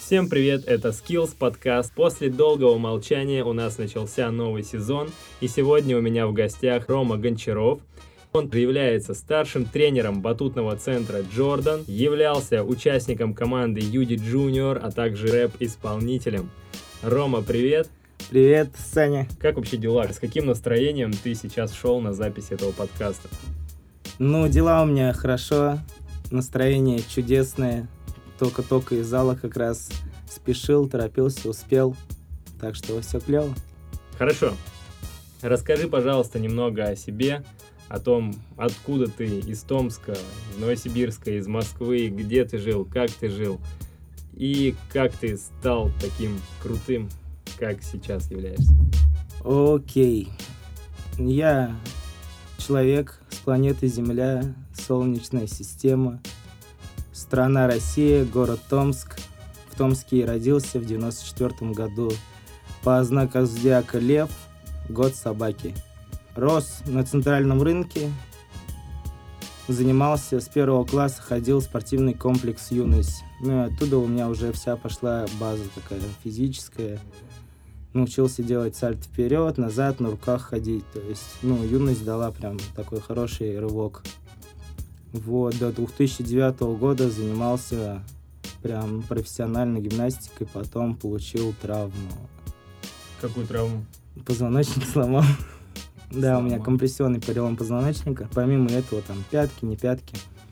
Всем привет, это Skills подкаст. После долгого молчания у нас начался новый сезон, и сегодня у меня в гостях Рома Гончаров. Он является старшим тренером батутного центра Jordan, являлся участником команды Юди Junior, а также рэп-исполнителем. Рома, привет! Привет, Саня! Как вообще дела? С каким настроением ты сейчас шел на запись этого подкаста? Дела у меня хорошо, настроение чудесное. Только из зала как раз спешил, торопился, успел. Так что все клево. Хорошо. Расскажи, пожалуйста, немного о себе, о том, откуда ты, из Томска, из Новосибирска, из Москвы, где ты жил, как ты жил, и как ты стал таким крутым, как сейчас являешься. Окей. Я человек с планеты Земля, Солнечная система, страна Россия, город Томск. В Томске родился в 94 году. По знаку зодиака Лев, год собаки. Рос на центральном рынке, занимался с 1 класса, ходил в спортивный комплекс «Юность». И оттуда у меня уже вся пошла база такая физическая. Научился делать сальто вперед, назад, на руках ходить. То есть, «Юность» дала прям такой хороший рывок. До 2009 года занимался прям профессиональной гимнастикой, потом получил травму. Какую травму? Позвоночник сломал. Да, у меня компрессионный перелом позвоночника. Помимо этого, там, пятки, не пятки.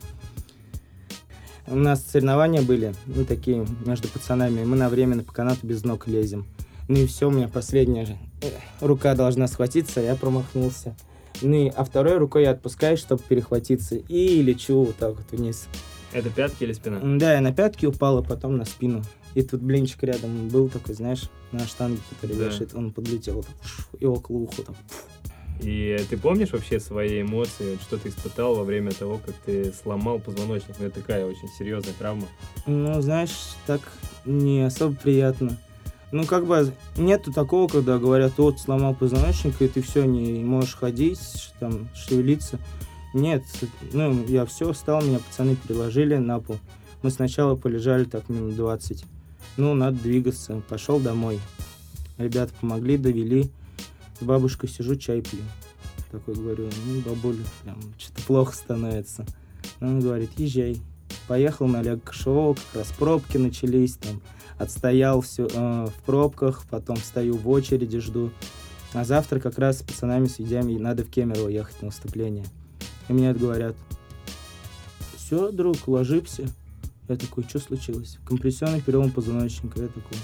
У нас соревнования были, такие, между пацанами. Мы на временно по канату без ног лезем. И все, у меня последняя рука должна схватиться, я промахнулся. А второй рукой я отпускаю, чтобы перехватиться, и лечу вот так вот вниз. Это пятки или спина? Да, я на пятки упал, а потом на спину. И тут блинчик рядом был такой, знаешь, на штанге, который вешает, он подлетел и около уха так. И ты помнишь вообще свои эмоции, что ты испытал во время того, как ты сломал позвоночник? Это такая очень серьезная травма. Знаешь, так не особо приятно. Нету такого, когда говорят, сломал позвоночник, и ты все, не можешь ходить, там, шевелиться. Нет, я все встал, меня пацаны переложили на пол. Мы сначала полежали так минут 20. Надо двигаться. Пошел домой. Ребята помогли, довели. С бабушкой сижу, чай пью. Такой говорю, бабуля, прям что-то плохо становится. Она говорит, езжай. Поехал на Олега Кошевого, как раз пробки начались, там, отстоял все в пробках, потом стою в очереди, жду. А завтра как раз с пацанами, с видями надо в Кемерово ехать на выступление. И мне говорят, все, друг, ложимся. Я такой, что случилось? Компрессионный перелом позвоночника. Я такой,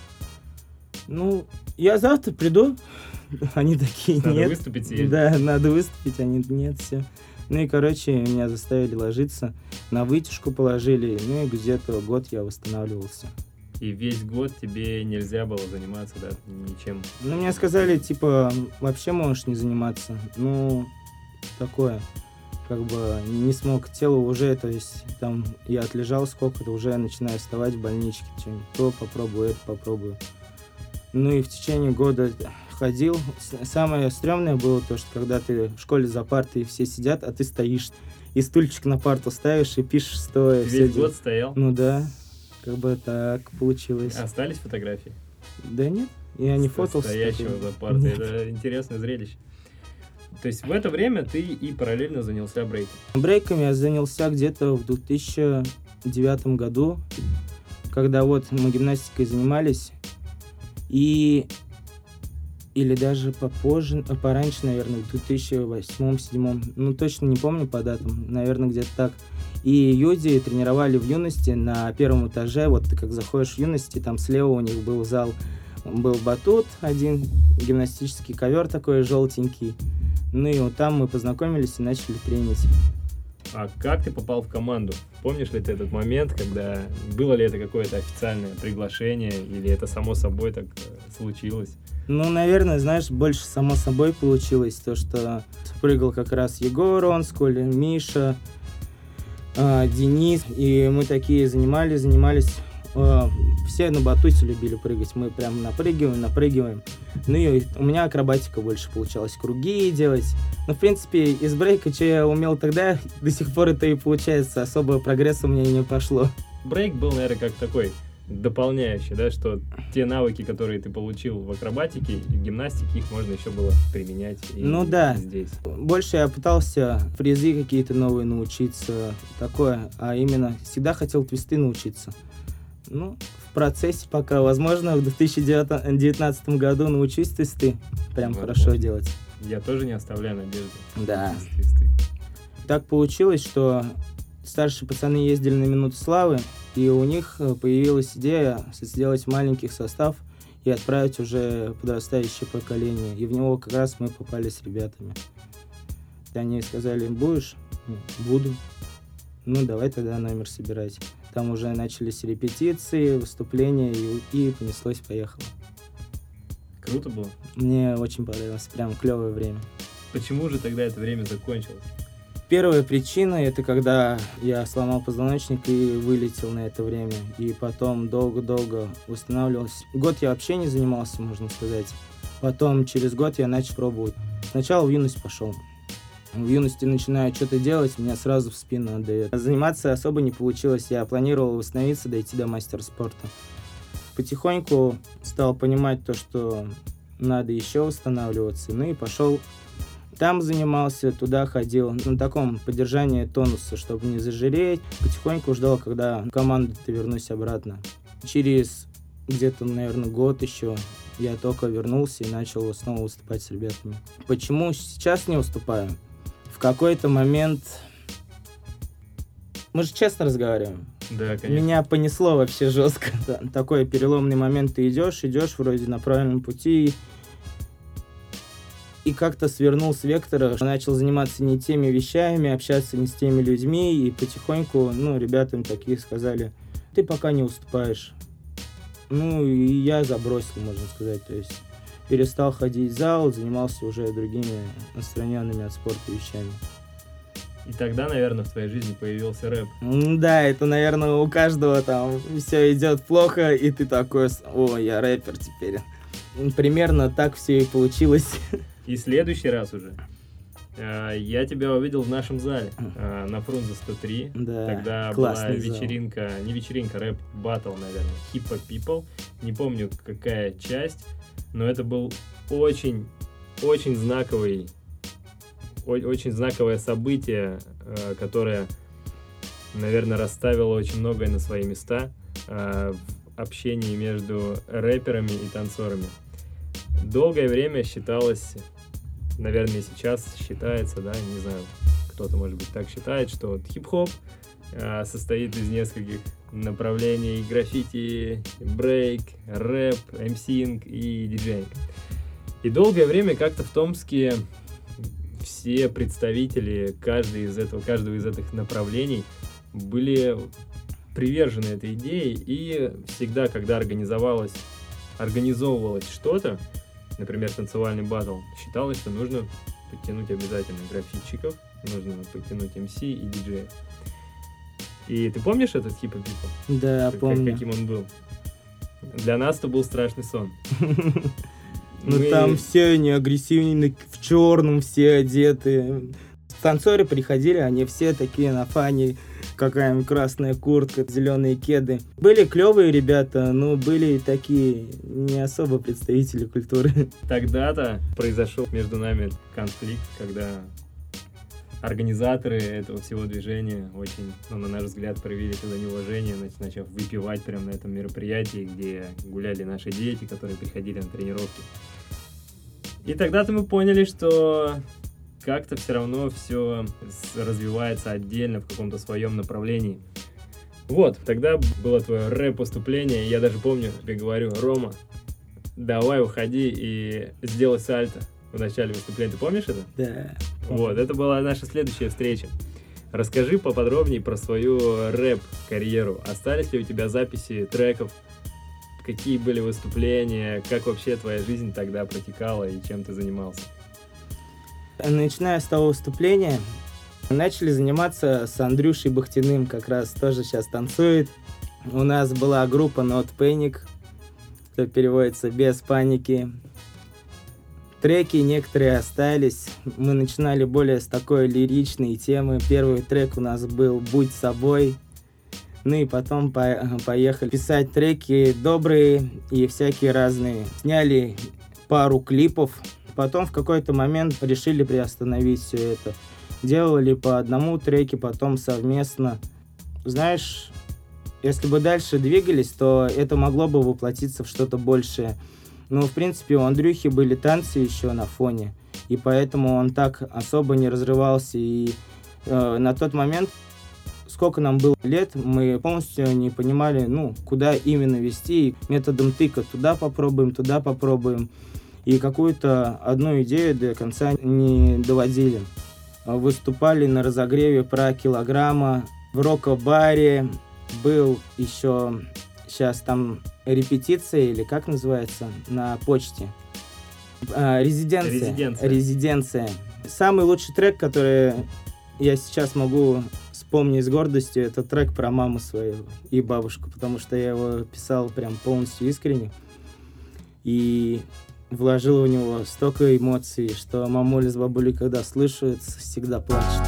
я завтра приду. Они такие, нет. Надо выступить съездить. Да, надо выступить, они, нет, все. Меня заставили ложиться, на вытяжку положили, и где-то год я восстанавливался. И весь год тебе нельзя было заниматься, да, ничем? Мне сказали, вообще можешь не заниматься. Такое, не смог. Тело уже, то есть, там, я отлежал сколько-то, уже начинаю вставать в больничке, что-нибудь, то попробую, это попробую. И в течение года ходил. Самое стрёмное было то, что когда ты в школе за партой, все сидят, а ты стоишь, и стульчик на парту ставишь и пишешь стоя. Ты весь год стоял? Да, так получилось. Остались фотографии? Да нет, я не фотался. Стоящего за партой, это интересное зрелище. То есть в это время ты и параллельно занялся брейком? Брейком я занялся где-то в 2009 году, когда мы гимнастикой занимались, или даже попозже, пораньше, наверное, в 2008-2007, точно не помню по датам, наверное, где-то так. И Юди тренировали в Юности на первом этаже, ты как заходишь в Юности, там слева у них был зал, был батут один, гимнастический ковер такой желтенький, там мы познакомились и начали тренить. А как ты попал в команду? Помнишь ли ты этот момент, когда было ли это какое-то официальное приглашение, или это само собой так случилось? Наверное, знаешь, больше само собой получилось, то, что прыгал как раз Егор Онсколь, Миша, Денис, и мы такие занимались. Все на батуте любили прыгать, мы прям напрыгиваем. И у меня акробатика больше получалась, круги делать. В принципе, из брейка, что я умел тогда, до сих пор это и получается, особого прогресса у меня и не пошло. Брейк был, наверное, как такой дополняющее, да, что те навыки, которые ты получил в акробатике и в гимнастике, их можно еще было применять и здесь. Больше я пытался фрезы какие-то новые научиться, такое, а именно всегда хотел твисты научиться. В процессе пока, возможно, в 2019 году научусь твисты прям хорошо делать. Я тоже не оставляю надежды. Да. Так получилось, что старшие пацаны ездили на «Минуту славы», и у них появилась идея сделать маленький состав и отправить уже подрастающее поколение. И в него как раз мы попали с ребятами. Они сказали: будешь? Буду. Давай тогда номер собирать. Там уже начались репетиции, выступления, и понеслось-поехало. Круто было? Мне очень понравилось, прям клевое время. Почему же тогда это время закончилось? Первая причина — это когда я сломал позвоночник и вылетел на это время. И потом долго-долго восстанавливался. Год я вообще не занимался, можно сказать. Потом через год я начал пробовать. Сначала в юность пошел. В юности начинаю что-то делать, меня сразу в спину отдает. Заниматься особо не получилось. Я планировал восстановиться, дойти до мастера спорта. Потихоньку стал понимать то, что надо еще восстанавливаться. И пошел. Там занимался, туда ходил, на таком поддержании тонуса, чтобы не зажиреть. Потихоньку ждал, когда в команду-то вернусь обратно. Через где-то, наверное, год еще я только вернулся и начал снова выступать с ребятами. Почему сейчас не выступаю? В какой-то момент... Мы же честно разговариваем. Да, конечно. Меня понесло вообще жестко. Такой переломный момент. Ты идешь вроде на правильном пути, и как-то свернул с вектора, начал заниматься не теми вещами, общаться не с теми людьми, и потихоньку, ребятам такие сказали: ты пока не уступаешь. И я забросил, можно сказать, то есть перестал ходить в зал, занимался уже другими отстраненными от спорта вещами. И тогда, наверное, в твоей жизни появился рэп. Да, это, наверное, у каждого там все идет плохо, и ты такой: о, я рэпер теперь. Примерно так все и получилось. И следующий раз уже я тебя увидел в нашем зале на Фрунзе 103. Да, тогда была вечеринка, не вечеринка, рэп-баттл, наверное, Hip Hop People. Не помню, какая часть, но это был очень знаковое событие, которое, наверное, расставило очень многое на свои места в общении между рэперами и танцорами. Долгое время считалось, наверное, сейчас считается, да, не знаю, кто-то, может быть, так считает, что хип-хоп состоит из нескольких направлений: граффити, брейк, рэп, эмсинг и диджейнг. И долгое время как-то в Томске все представители каждого из этих направлений были привержены этой идее, и всегда, когда организовывалось что-то, например, танцевальный баттл, считалось, что нужно подтянуть обязательно граффитчиков, нужно подтянуть МС и диджеев. И ты помнишь этот Hip Hop People? Да, помню. Каким он был? Для нас это был страшный сон. Там все они агрессивные, в черном все одеты. Танцоры приходили, они все такие на фане, какая-нибудь красная куртка, зеленые кеды. Были клевые ребята, но были такие не особо представители культуры. Тогда-то произошел между нами конфликт, когда организаторы этого всего движения очень, на наш взгляд, проявили туда неуважение, начав выпивать прямо на этом мероприятии, где гуляли наши дети, которые приходили на тренировки. И тогда-то мы поняли, что как-то все равно все развивается отдельно в каком-то своем направлении. Вот, тогда было твое рэп-выступление, и я даже помню, тебе говорю: Рома, давай уходи и сделай сальто в начале выступления. Ты помнишь это? Да. Вот, это была наша следующая встреча. Расскажи поподробнее про свою рэп-карьеру. Остались ли у тебя записи треков? Какие были выступления? Как вообще твоя жизнь тогда протекала и чем ты занимался? Начиная с того выступления, начали заниматься с Андрюшей Бахтиным, как раз тоже сейчас танцует. У нас была группа Not Panic, что переводится «без паники». Треки некоторые остались. Мы начинали более с такой лиричной темы. Первый трек у нас был «Будь собой». Ну и потом поехали писать треки добрые и всякие разные. Сняли пару клипов. Потом в какой-то момент решили приостановить все это. Делали по одному треке, потом совместно. Знаешь, если бы дальше двигались, то это могло бы воплотиться в что-то большее. Но, в принципе, у Андрюхи были танцы еще на фоне, и поэтому он так особо не разрывался. И на тот момент, сколько нам было лет, мы полностью не понимали, куда именно вести. Методом тыка туда попробуем. И какую-то одну идею до конца не доводили. Выступали на разогреве про килограмма в Рока-баре. Был еще сейчас там репетиция, или как называется, на почте. Резиденция. Самый лучший трек, который я сейчас могу вспомнить с гордостью, это трек про маму свою и бабушку, потому что я его писал прям полностью искренне. И вложил в него столько эмоций, что мамуля с бабулей, когда слышат, всегда плачут.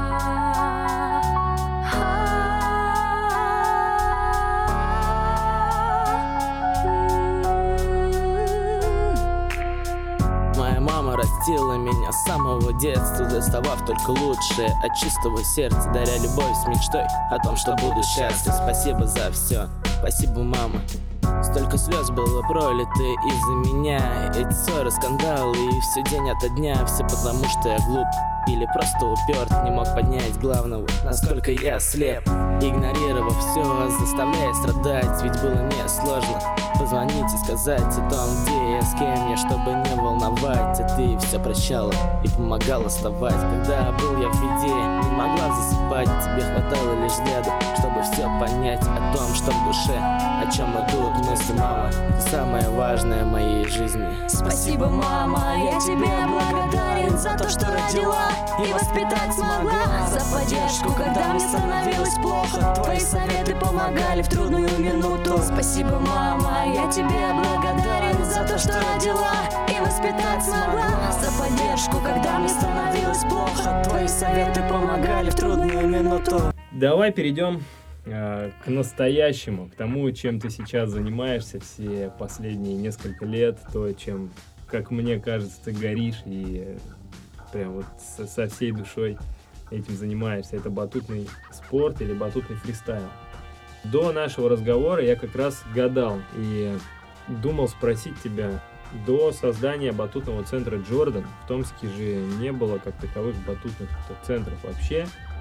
Растила меня с самого детства, доставав только лучшее от чистого сердца, даря любовь с мечтой о том, что буду счастлив. Спасибо за все, спасибо, мама. Столько слез было пролито из-за меня. Эти ссоры, скандалы и все день ото дня. Все потому, что я глуп или просто уперт, не мог поднять главного, насколько я слеп. Игнорировав все, заставляя страдать, ведь было мне сложно позвонить и сказать о том, где я, с кем я, чтобы не волновать. А ты все прощала и помогала вставать. Когда был я в беде, не могла засыпать. Тебе хватало лишь взгляда, чтобы все понять о том, что в душе, о чем идут мысли, мама. Ты самое важное в моей жизни. Спасибо, мама, я тебе благодарен за то, что родила и воспитать смогла, за поддержку, когда мне становилось плохо. Твои советы помогали в трудную минуту. Спасибо, мама, я тебе благодарен за то, что родила и воспитать смогла, за поддержку, когда мне становилось плохо. Твои советы помогали в трудную минуту. Давай перейдем к настоящему, к тому, чем ты сейчас занимаешься все последние несколько лет, то, чем, как мне кажется, ты горишь и прям вот со всей душой этим занимаешься. Это батутный спорт или батутный фристайл. До нашего разговора я как раз гадал и думал спросить тебя, до создания батутного центра Jordan в Томске же не было как таковых батутных центров вообще.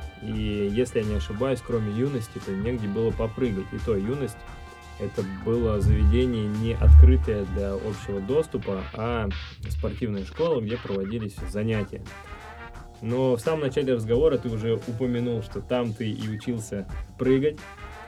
И если я не ошибаюсь, кроме юности, то негде было попрыгать. И то юность — это было заведение не открытое для общего доступа, а спортивная школа, где проводились занятия. Но в самом начале разговора ты уже упомянул, что там ты и учился прыгать.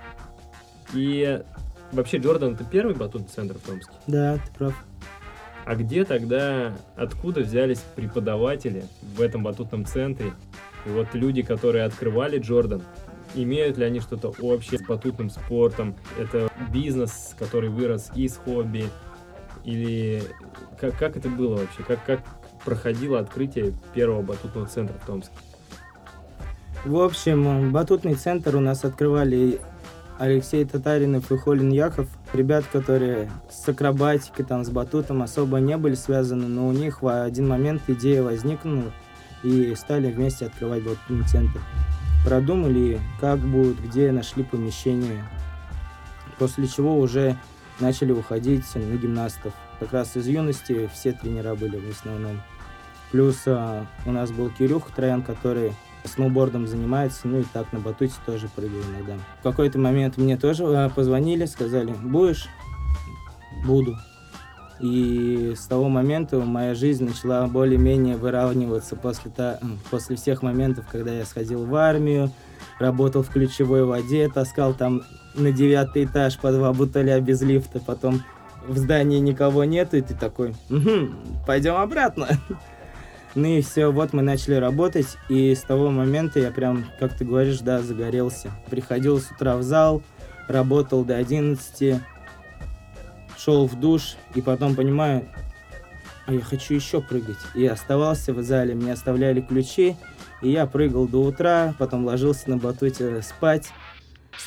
И вообще Jordan — это первый батутный центр в Томске? Да, ты прав. А где тогда, откуда взялись преподаватели в этом батутном центре? И вот люди, которые открывали Jordan, имеют ли они что-то общее с батутным спортом? Это бизнес, который вырос из хобби? Или как это было вообще? Как проходило открытие первого батутного центра в Томске? В общем, батутный центр у нас открывали Алексей Татаринов и Холин Яхов. Ребят, которые с акробатикой, с батутом особо не были связаны, но у них в один момент идея возникнула, и стали вместе открывать батутный центр. Продумали, как будет, где, нашли помещение. После чего уже начали выходить на гимнастов. Как раз из юности все тренера были в основном. Плюс у нас был Кирюха Троян, который сноубордом занимается, и так на батуте тоже прыгаю иногда. В какой-то момент мне тоже позвонили, сказали: будешь? Буду. И с того момента моя жизнь начала более-менее выравниваться после всех моментов, когда я сходил в армию, работал в ключевой воде, таскал там на 9-й этаж по 2 бутыля без лифта, потом в здании никого нету, и ты такой: пойдем обратно. Ну и все, вот мы начали работать, и с того момента я прям, как ты говоришь, загорелся. Приходил с утра в зал, работал до 11, шел в душ, и потом понимаю, я хочу еще прыгать. И оставался в зале, мне оставляли ключи, и я прыгал до утра, потом ложился на батуте спать.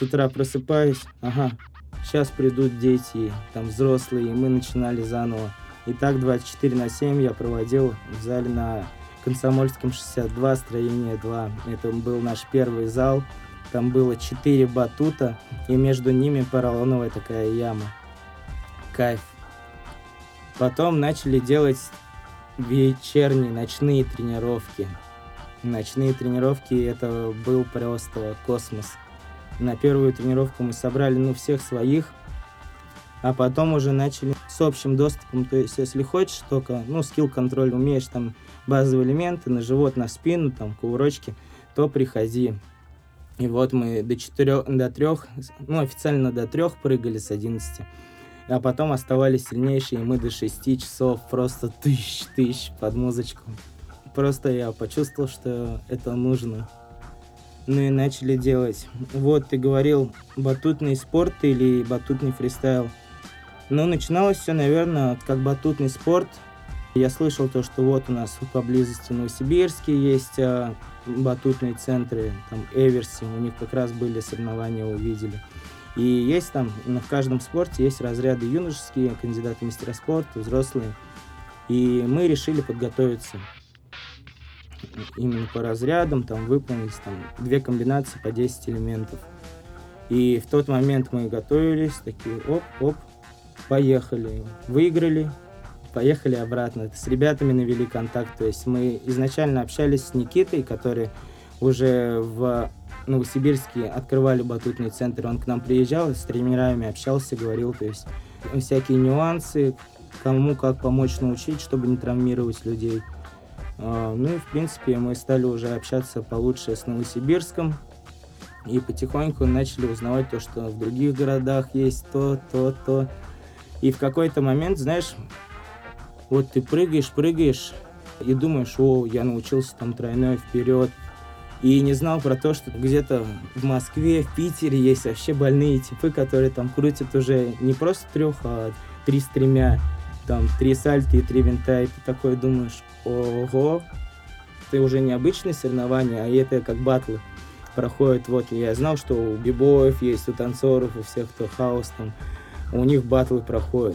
с утра просыпаюсь, ага, сейчас придут дети, там взрослые, и мы начинали заново. И так 24/7 я проводил в зале на Комсомольском 62, строение 2. Это был наш первый зал. Там было 4 батута, и между ними поролоновая такая яма. Кайф. Потом начали делать вечерние, ночные тренировки. Ночные тренировки, это был просто космос. На первую тренировку мы собрали, всех своих, а потом уже начали с общим доступом. То есть, если хочешь только, скилл-контроль умеешь, там, базовые элементы, на живот, на спину, там, кувырочки, то приходи. И вот мы до 3, официально до 3 прыгали с 11. А потом оставались сильнейшие, и мы до 6 часов просто тыщ под музычку. Просто я почувствовал, что это нужно. И начали делать. Вот ты говорил, батутный спорт или батутный фристайл. Начиналось все, наверное, как батутный спорт. Я слышал то, что вот у нас поблизости в Новосибирске есть батутные центры, там Эверси, у них как раз были соревнования, увидели. И есть там, в каждом спорте есть разряды юношеские, кандидаты в мастера спорта, взрослые. И мы решили подготовиться именно по разрядам, там выполнить 2 комбинации по 10 элементов. И в тот момент мы готовились, такие оп, поехали, выиграли, поехали обратно. С ребятами навели контакт, то есть мы изначально общались с Никитой, который уже в Новосибирске открывали батутный центр, он к нам приезжал, с тренерами общался, говорил, то есть всякие нюансы, кому как помочь научить, чтобы не травмировать людей. И в принципе мы стали уже общаться получше с Новосибирском и потихоньку начали узнавать то, что в других городах есть то. И в какой-то момент, знаешь, вот ты прыгаешь и думаешь, я научился там тройной вперед. И не знал про то, что где-то в Москве, в Питере есть вообще больные типы, которые там крутят уже не просто 3, а 3 с 3, там 3 сальто и 3 винта. И ты такой думаешь, ого, это уже не обычные соревнования, а это как батлы проходят. Вот я знал, что у бибоев есть, у танцоров, у всех, кто хаос там, у них батлы проходят.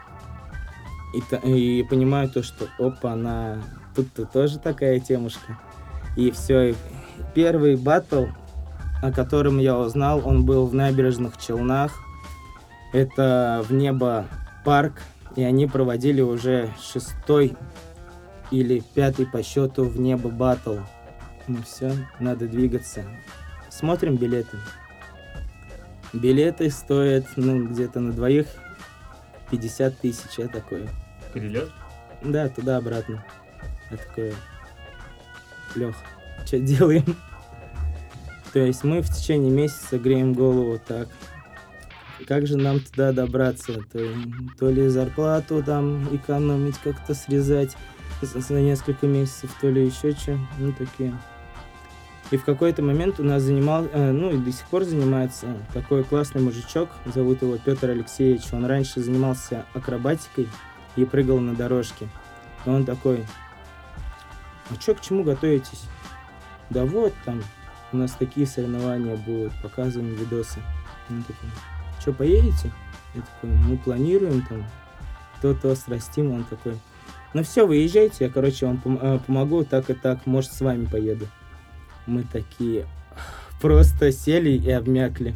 И понимаю то, что тут тоже такая темушка. И все. Первый баттл, о котором я узнал, он был в Набережных Челнах. Это в Небо парк. И они проводили уже 6-й или 5-й по счету в Небо баттл. Все, надо двигаться. Смотрим билеты. Билеты стоят, где-то на 2 50 000, я такой. Перелет? Да, туда-обратно. Я такой, Лёх, что делаем? То есть мы в течение месяца греем голову так. Как же нам туда добраться? То ли зарплату там экономить, как-то срезать за несколько месяцев, то ли еще что. Такие. И в какой-то момент у нас занимал, и до сих пор занимается такой классный мужичок, зовут его Петр Алексеевич. Он раньше занимался акробатикой и прыгал на дорожке. И он такой, к чему готовитесь? Да вот там у нас такие соревнования будут, показываем видосы. Он такой, что, поедете? Я такой, планируем там, то срастим. Он такой, все, выезжайте, я, вам помогу, так и так, может, с вами поеду. Мы такие просто сели и обмякли.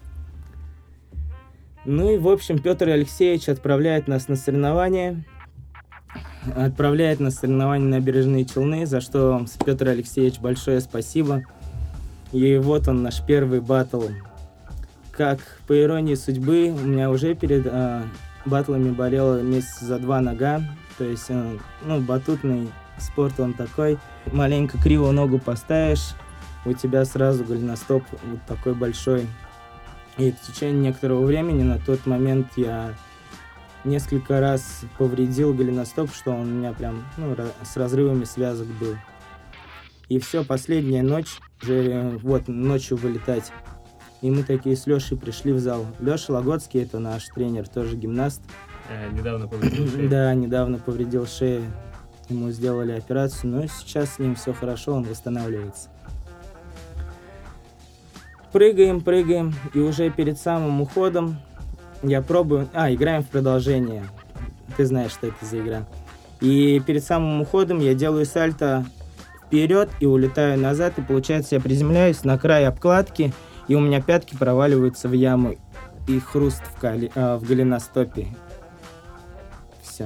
В общем, Петр Алексеевич отправляет нас на соревнования. Отправляет нас на соревнования на Набережные Челны, за что вам, Петр Алексеевич, большое спасибо. И вот он, наш первый баттл. Как по иронии судьбы, у меня уже перед баттлами болела месяца за 2 нога. То есть, батутный спорт он такой. Маленько криво ногу поставишь, у тебя сразу голеностоп вот такой большой. И в течение некоторого времени, на тот момент я несколько раз повредил голеностоп, что он у меня прям с разрывами связок был. И все, последняя ночь, уже ночью вылетать. И мы такие с Лешей пришли в зал. Леша Лагоцкий, это наш тренер, тоже гимнаст. Недавно повредил шею. Да, недавно повредил шею. Ему сделали операцию, но сейчас с ним все хорошо, он восстанавливается. Прыгаем, и уже перед самым уходом я пробую... играем в продолжение. Ты знаешь, что это за игра. И перед самым уходом я делаю сальто вперед и улетаю назад, и получается я приземляюсь на край обкладки, и у меня пятки проваливаются в яму, и хруст в голеностопе. Все.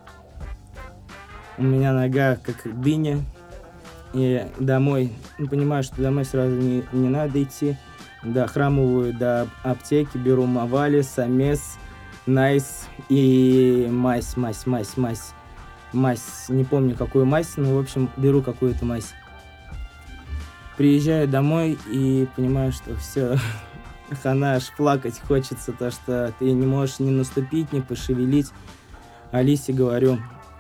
У меня нога как дыня, и домой, понимаю, что домой сразу не надо идти. Дохрамываю до аптеки, беру Мавалис, Амес, Найс и мазь. Не помню, какую мазь, но, в общем, беру какую-то мазь. Приезжаю домой и понимаю, что все, хана, аж плакать хочется, то, что ты не можешь ни наступить, ни пошевелить. Алисе говорю,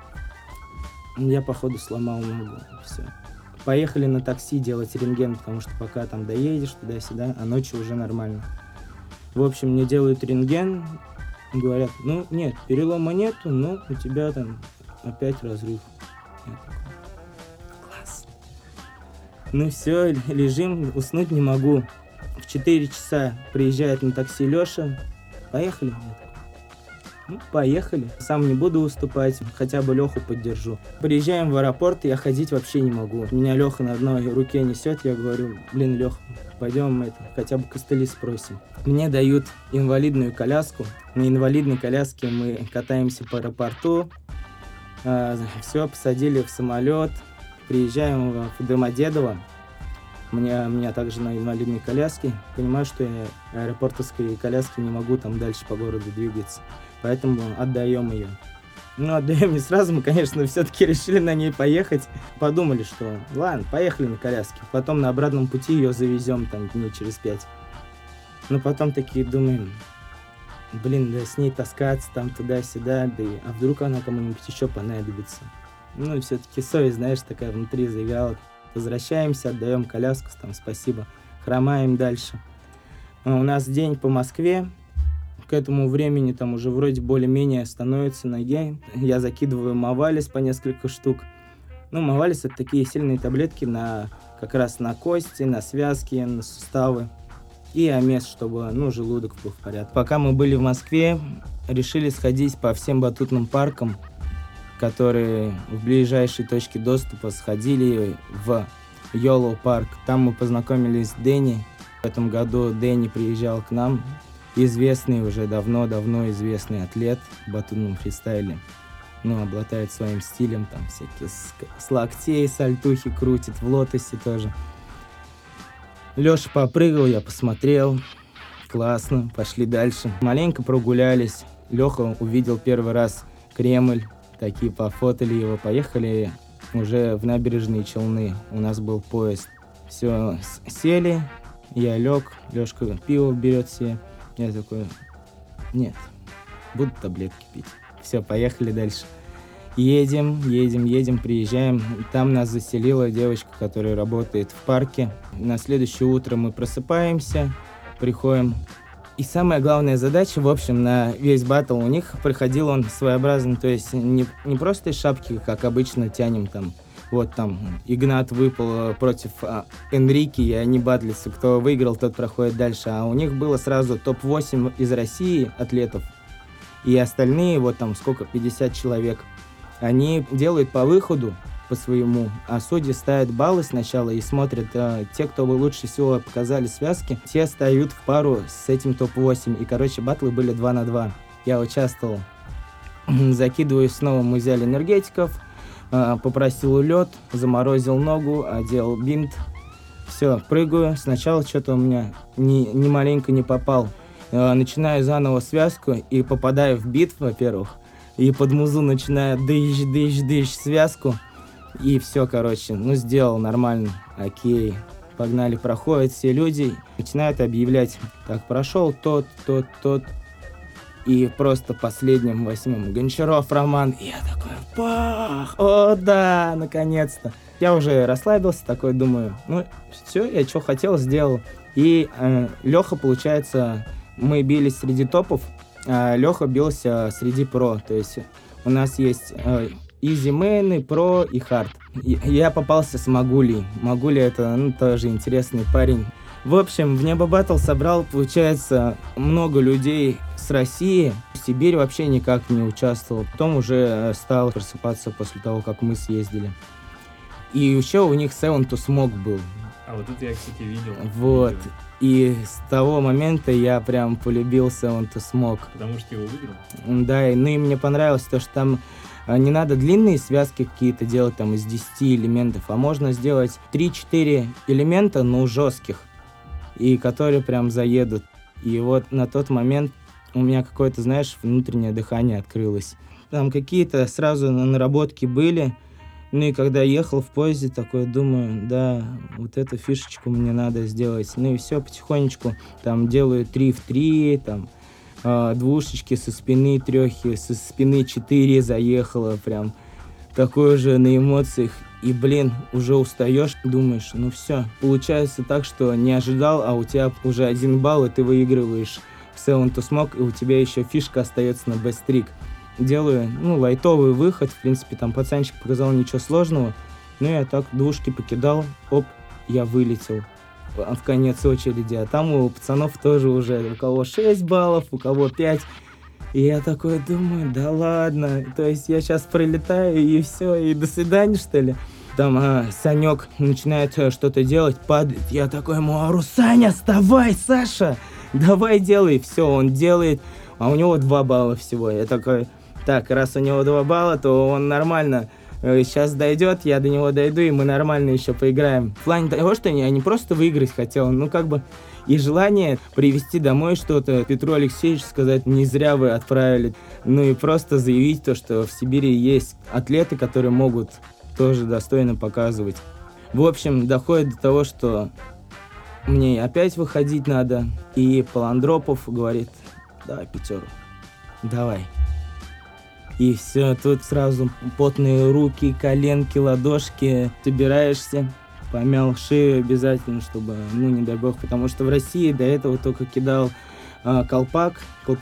я, походу, сломал ногу, все. Поехали на такси делать рентген, потому что пока там доедешь туда-сюда, а ночью уже нормально. В общем, мне делают рентген, говорят, нет, перелома нету, но у тебя там опять разрыв. Я такой, класс. Все, лежим, уснуть не могу. В 4 часа приезжает на такси Леша. Поехали? Я такой, поехали. Сам не буду уступать, хотя бы Леху поддержу. Приезжаем в аэропорт, я ходить вообще не могу. Меня Леха на одной руке несет, я говорю, Лех, пойдем хотя бы костыли спросим. Мне дают инвалидную коляску. На инвалидной коляске мы катаемся по аэропорту. Все, посадили в самолет. Приезжаем в Домодедово. Меня также на инвалидной коляске. Понимаю, что я аэропортовской коляски не могу там дальше по городу двигаться. Поэтому отдаем ее. Отдаем не сразу, мы, конечно, все-таки решили на ней поехать. Подумали, что ладно, поехали на коляске. Потом на обратном пути ее завезем там дней через 5. Но потом такие думаем, да с ней таскаться там туда-сюда, а вдруг она кому-нибудь еще понадобится. Все-таки совесть, знаешь, такая внутри заиграла. Возвращаемся, отдаем коляску, там спасибо, хромаем дальше. У нас день по Москве. К этому времени там уже вроде более-менее становится ноги. Я закидываю Мавалис по несколько штук. Мавалис — это такие сильные таблетки как раз на кости, на связки, на суставы. И Амес, чтобы желудок был в порядке. Пока мы были в Москве, решили сходить по всем батутным паркам, которые в ближайшей точке доступа. Сходили в Yellow парк. Там мы познакомились с Дэнни. В этом году Дэнни приезжал к нам. Известный, уже давно известный атлет в батутном фристайле. Обладает своим стилем, там всякие с локтей, сальтухи крутит, в лотосе тоже. Леша попрыгал, я посмотрел. Классно, пошли дальше. Маленько прогулялись. Леха увидел первый раз Кремль. Такие пофотали его. Поехали уже в Набережные Челны. У нас был поезд. Все, сели, я лег. Лешка пиво берет себе. Я такой, нет, буду таблетки пить. Все, поехали дальше. Едем, приезжаем. Там нас заселила девочка, которая работает в парке. На следующее утро мы просыпаемся, приходим. И самая главная задача, в общем, на весь баттл у них проходил он своеобразно. То есть не просто из шапки, как обычно тянем там. Вот там Игнат выпал против Энрике, и они батлятся. Кто выиграл, тот проходит дальше. А у них было сразу топ-8 из России атлетов. И остальные, 50 человек, они делают по выходу, по своему, а судьи ставят баллы сначала и смотрят, те, кто лучше всего показали связки, те встают в пару с этим топ-8. И, баттлы были 2 на 2. Я участвовал. Закидываю снова, мы взяли энергетиков. Попросил лед, заморозил ногу, одел бинт. Все, прыгаю. Сначала что-то у меня ни маленько не попал. Начинаю заново связку и попадаю в бит, во-первых. И под музу начинаю дыщ связку. И все, сделал нормально. Окей. Погнали, проходят все люди. Начинают объявлять. Так, прошел тот. И просто последним 8-м Гончаров Роман. И я такой, пах! О, да, наконец-то. Я уже расслабился, такой думаю, все, я что хотел, сделал. И Леха, получается, мы бились среди топов, а Леха бился среди про. То есть у нас есть изи-мейны, про и хард. Я попался с Магулей. Магуля — это тоже интересный парень. В общем, в Небо Батл собрал, получается, много людей с России. В Сибирь вообще никак не участвовал. Потом уже стал просыпаться после того, как мы съездили. И еще у них Seven to Smoke был. А вот это я, кстати, видел. Вот. И с того момента я прям полюбил Seven to Smoke. Потому что его выиграл? Да, и мне понравилось то, что там не надо длинные связки какие-то делать там из 10 элементов, а можно сделать 3-4 элемента, но жестких, и которые прям заедут. И вот на тот момент у меня какое-то, знаешь, внутреннее дыхание открылось. Там какие-то сразу наработки были. Ну и когда ехал в поезде, такой думаю, да, вот эту фишечку мне надо сделать. Ну и все, потихонечку там делаю 3 в 3, там двушечки со спины, трехи, со спины 4 заехало, прям такое же на эмоциях. И, блин, уже устаешь, думаешь, ну все. Получается так, что не ожидал, а у тебя уже 1 балл, и ты выигрываешь в Seven to Smoke, и у тебя еще фишка остается на Best Trick. Делаю, лайтовый выход, в принципе, там пацанчик показал, ничего сложного. Ну, я так двушки покидал, оп, я вылетел в конец очереди. А там у пацанов тоже уже у кого 6 баллов, у кого 5. И я такой думаю, да ладно, то есть я сейчас пролетаю и все, и до свидания, что ли? Там Санек начинает что-то делать, падает. Я такой ему ору, Саня, вставай, Саша, давай делай. Все, он делает, а у него 2 балла всего. Я такой, так, раз у него 2 балла, то он нормально сейчас дойдет, я до него дойду, и мы нормально еще поиграем. В плане того, что я не просто выиграть хотел, и желание привезти домой что-то, Петру Алексеевичу сказать, не зря вы отправили. Ну и просто заявить то, что в Сибири есть атлеты, которые могут тоже достойно показывать. В общем, доходит до того, что мне опять выходить надо, и Поландропов говорит, давай 5, давай. И все, тут сразу потные руки, коленки, ладошки, собираешься. Помял шею обязательно, чтобы, не дай бог, потому что в России до этого только кидал Колпаков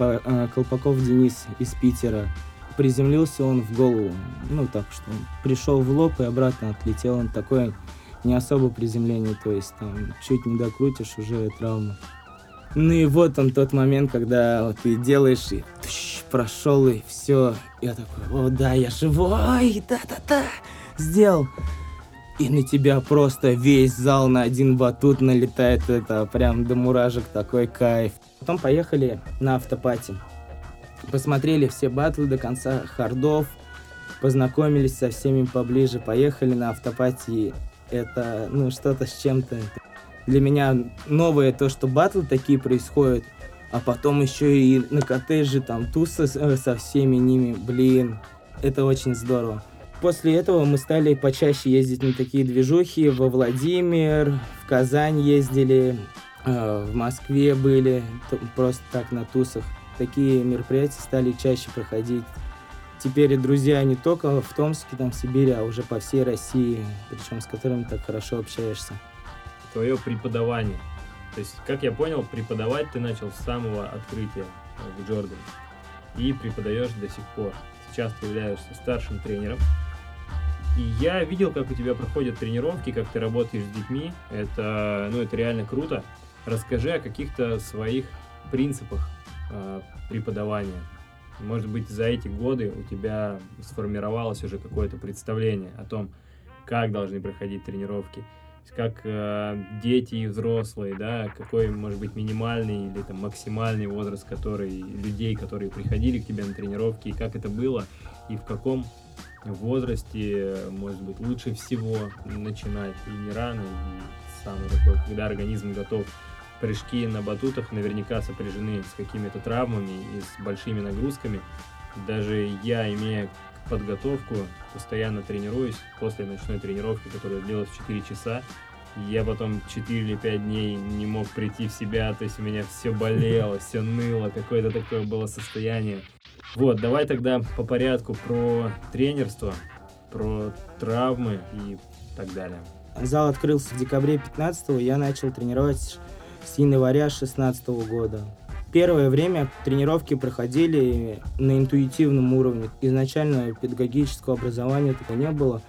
Денис из Питера. Приземлился он в голову, так что он пришел в лоб и обратно отлетел. Он такое не особо приземление, то есть там чуть не докрутишь, уже травма. Ну и вот он тот момент, когда ты делаешь и прошел, и все. Я такой, о да, я живой, да-да-да, сделал. И на тебя просто весь зал на 1 батут налетает, это прям до мурашек такой кайф. Потом поехали на автопати. Посмотрели все батлы до конца, хардов, познакомились со всеми поближе, поехали на автопати. Это, что-то с чем-то. Для меня новое то, что батлы такие происходят, а потом еще и на коттедже там тусы со всеми ними, блин, это очень здорово. После этого мы стали почаще ездить на такие движухи, во Владимир, в Казань ездили, в Москве были, просто так на тусах. Такие мероприятия стали чаще проходить. Теперь друзья не только в Томске, там, в Сибири, а уже по всей России, причем с которыми так хорошо общаешься. Твое преподавание. То есть, как я понял, преподавать ты начал с самого открытия в Джордане. И преподаешь до сих пор. Сейчас ты являешься старшим тренером. И я видел, как у тебя проходят тренировки, как ты работаешь с детьми. Это реально круто. Расскажи о каких-то своих принципах преподавания. Может быть, за эти годы у тебя сформировалось уже какое-то представление о том, как должны проходить тренировки, как дети и взрослые, да, какой может быть минимальный или там максимальный возраст людей, которые приходили к тебе на тренировки, и как это было, и в каком возрасте, может быть, лучше всего начинать, и не рано, и самый такой, когда организм готов. Прыжки на батутах наверняка сопряжены с какими-то травмами и с большими нагрузками. Даже я, имея подготовку, постоянно тренируюсь после ночной тренировки, которая длилась 4 часа. Я потом 4 или 5 дней не мог прийти в себя, то есть у меня все болело, все ныло, какое-то такое было состояние. Вот, давай тогда по порядку про тренерство, про травмы и так далее. Зал открылся в декабре 15-го, я начал тренировать с января 16 года. Первое время тренировки проходили на интуитивном уровне. Изначально педагогического образования такого не было.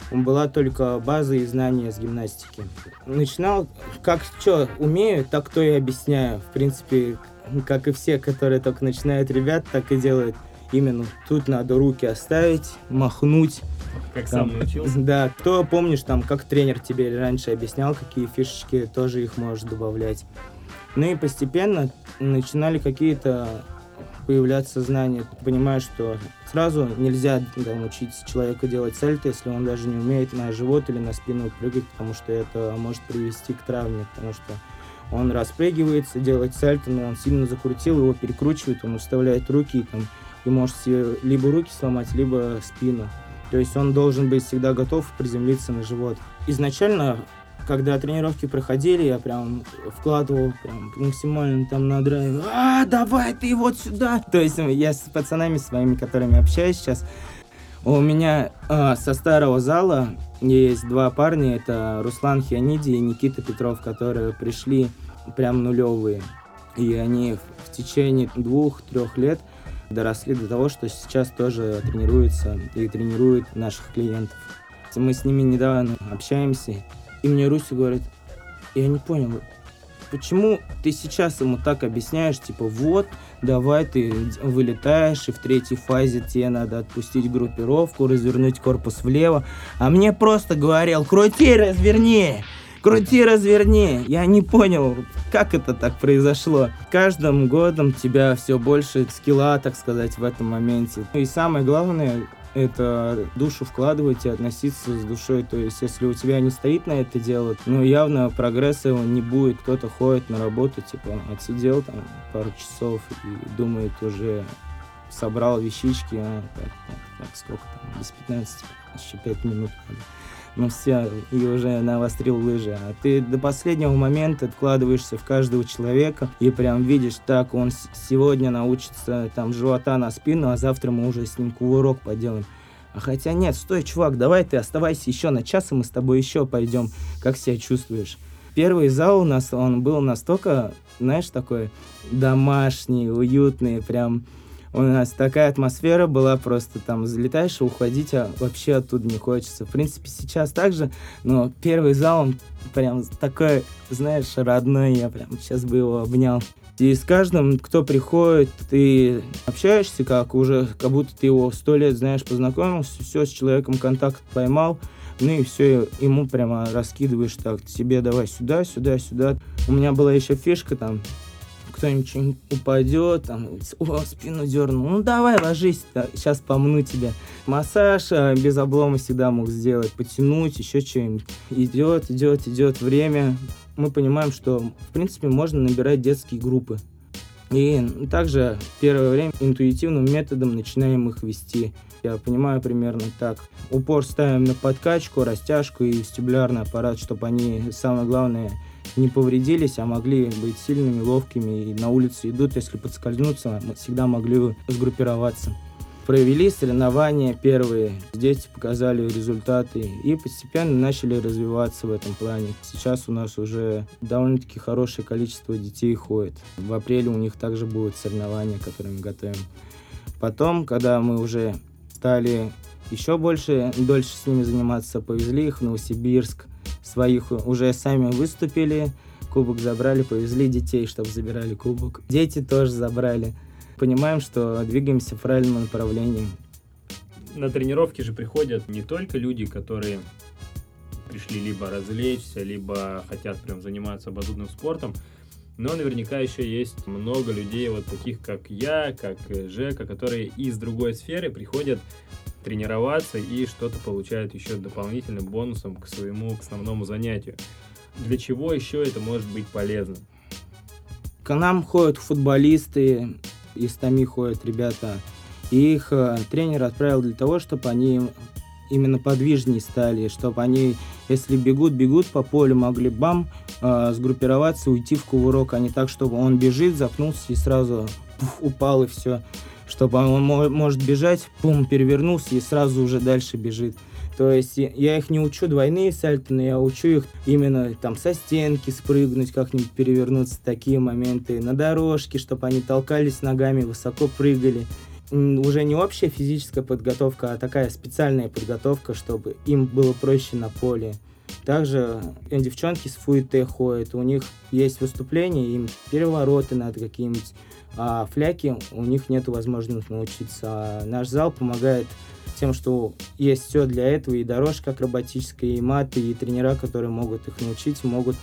была только база и знания с гимнастики. Начинал, как что умею, так то и объясняю. В принципе, как и все, которые только начинают ребят, так и делают. Именно тут надо руки оставить, махнуть. Как сам научился? Да, кто помнишь, там, как тренер тебе раньше объяснял, какие фишечки, тоже их можешь добавлять. Ну и постепенно начинали какие-то появляться знания. Понимаешь, что сразу нельзя учить человека делать сальто, если он даже не умеет на живот или на спину прыгать, потому что это может привести к травме, потому что он распрыгивается, делает сальто, но он сильно закрутил, его перекручивает, он уставляет руки и может себе либо руки сломать, либо спину. То есть он должен быть всегда готов приземлиться на живот. Изначально, когда тренировки проходили, я прям вкладывал прям максимально там на драйв. Давай ты вот сюда! То есть я с пацанами своими, которыми общаюсь сейчас, у меня со старого зала есть два парня, это Руслан Хиониди и Никита Петров, которые пришли прям нулевые. И они в течение 2-3 лет доросли до того, что сейчас тоже тренируются и тренируют наших клиентов. Мы с ними недавно общаемся, и мне Руся говорит: я не понял, почему ты сейчас ему так объясняешь, типа, вот, давай ты вылетаешь, и в 3-й фазе тебе надо отпустить группировку, развернуть корпус влево, а мне просто говорил: крути, разверни! Крути, разверни! Я не понял, как это так произошло. Каждым годом тебя все больше скилла, так сказать, в этом моменте. И самое главное, это душу вкладывать и относиться с душой. То есть, если у тебя не стоит на это дело, явно прогресса его не будет. Кто-то ходит на работу, типа, отсидел там пару часов и думает, уже собрал вещички, так, сколько там, без 15, еще 5 минут надо. Все, и уже навострил лыжи. А ты до последнего момента вкладываешься в каждого человека и прям видишь, так, он сегодня научится там живота на спину, а завтра мы уже с ним кувырок поделаем. А хотя нет, стой, чувак, давай ты оставайся еще на час, и мы с тобой еще пойдем. Как себя чувствуешь? Первый зал у нас, он был настолько, знаешь, такой домашний, уютный, прям... У нас такая атмосфера была, просто там залетаешь, и уходить вообще оттуда не хочется. В принципе, сейчас так же, но первый зал, он прям такой, знаешь, родной, я прям сейчас бы его обнял. И с каждым, кто приходит, ты общаешься, как будто ты его 100 лет, знаешь, познакомился, все, с человеком контакт поймал, и все, ему прямо раскидываешь так, тебе давай сюда, сюда, сюда. У меня была еще фишка там, кто-нибудь что-нибудь упадет, там, спину дернул, давай ложись, сейчас помну тебя. Массаж без облома всегда мог сделать, потянуть, еще что-нибудь. Идет время, мы понимаем, что, в принципе, можно набирать детские группы. И также первое время интуитивным методом начинаем их вести. Я понимаю примерно так. Упор ставим на подкачку, растяжку и вестибулярный аппарат, чтобы они, самое главное, не повредились, а могли быть сильными, ловкими, и на улице идут, если подскользнуться, мы всегда могли сгруппироваться. Провели соревнования первые, дети показали результаты и постепенно начали развиваться в этом плане. Сейчас у нас уже довольно-таки хорошее количество детей ходит. В апреле у них также будут соревнования, которые мы готовим. Потом, когда мы уже стали еще дольше с ними заниматься, повезли их в Новосибирск. Своих уже сами выступили, кубок забрали, повезли детей, чтобы забирали кубок. Дети тоже забрали. Понимаем, что двигаемся в правильном направлении. На тренировки же приходят не только люди, которые пришли либо развлечься, либо хотят прям заниматься батутным спортом, но наверняка еще есть много людей, вот таких как я, как Жека, которые из другой сферы приходят тренироваться и что-то получают еще дополнительным бонусом к своему основному занятию. Для чего еще это может быть полезно? К нам ходят футболисты, из ТАМИ ходят ребята, и их тренер отправил для того, чтобы они именно подвижнее стали, чтобы они, если бегут по полю, могли сгруппироваться, уйти в кувырок, а не так, чтобы он бежит, запнулся и сразу упал, и все. Чтобы он может бежать, перевернулся и сразу уже дальше бежит. То есть я их не учу двойные сальто, но я учу их именно там со стенки спрыгнуть, как-нибудь перевернуться, такие моменты. На дорожке, чтобы они толкались ногами, высоко прыгали. уже не общая физическая подготовка, а такая специальная подготовка, чтобы им было проще на поле. Также девчонки с фуэте ходят, у них есть выступления, им перевороты надо какие-нибудь, а фляки у них нет возможности научиться. А наш зал помогает тем, что есть все для этого, и дорожка акробатическая, и маты, и тренера, которые могут их научить, могут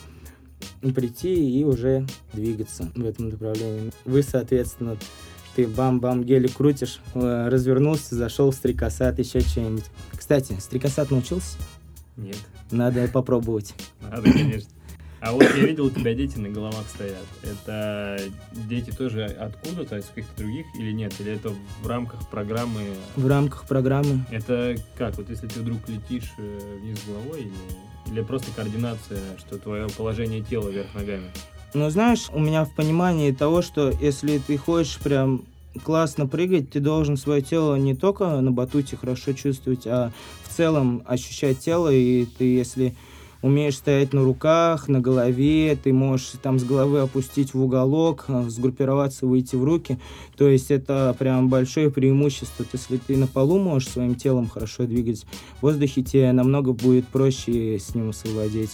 прийти и уже двигаться в этом направлении. Вы, соответственно, ты бам-бам гелик крутишь, развернулся, зашел в стрикосат, еще что-нибудь. Кстати, стрикосат научился? Нет. Надо попробовать. Надо, конечно. А вот я видел, у тебя дети на головах стоят. Это дети тоже откуда-то, из каких-то других или нет? Или это в рамках программы? В рамках программы. Это как? Вот если ты вдруг летишь вниз головой или просто координация, что твое положение тела вверх ногами? Ну, знаешь, у меня в понимании того, что если ты хочешь прям классно прыгать, ты должен свое тело не только на батуте хорошо чувствовать, а в целом ощущать тело. И ты, если умеешь стоять на руках, на голове, ты можешь там с головы опустить в уголок, сгруппироваться, выйти в руки. То есть это прям большое преимущество. Если ты на полу можешь своим телом хорошо двигать, в воздухе тебе намного будет проще с ним совладеть.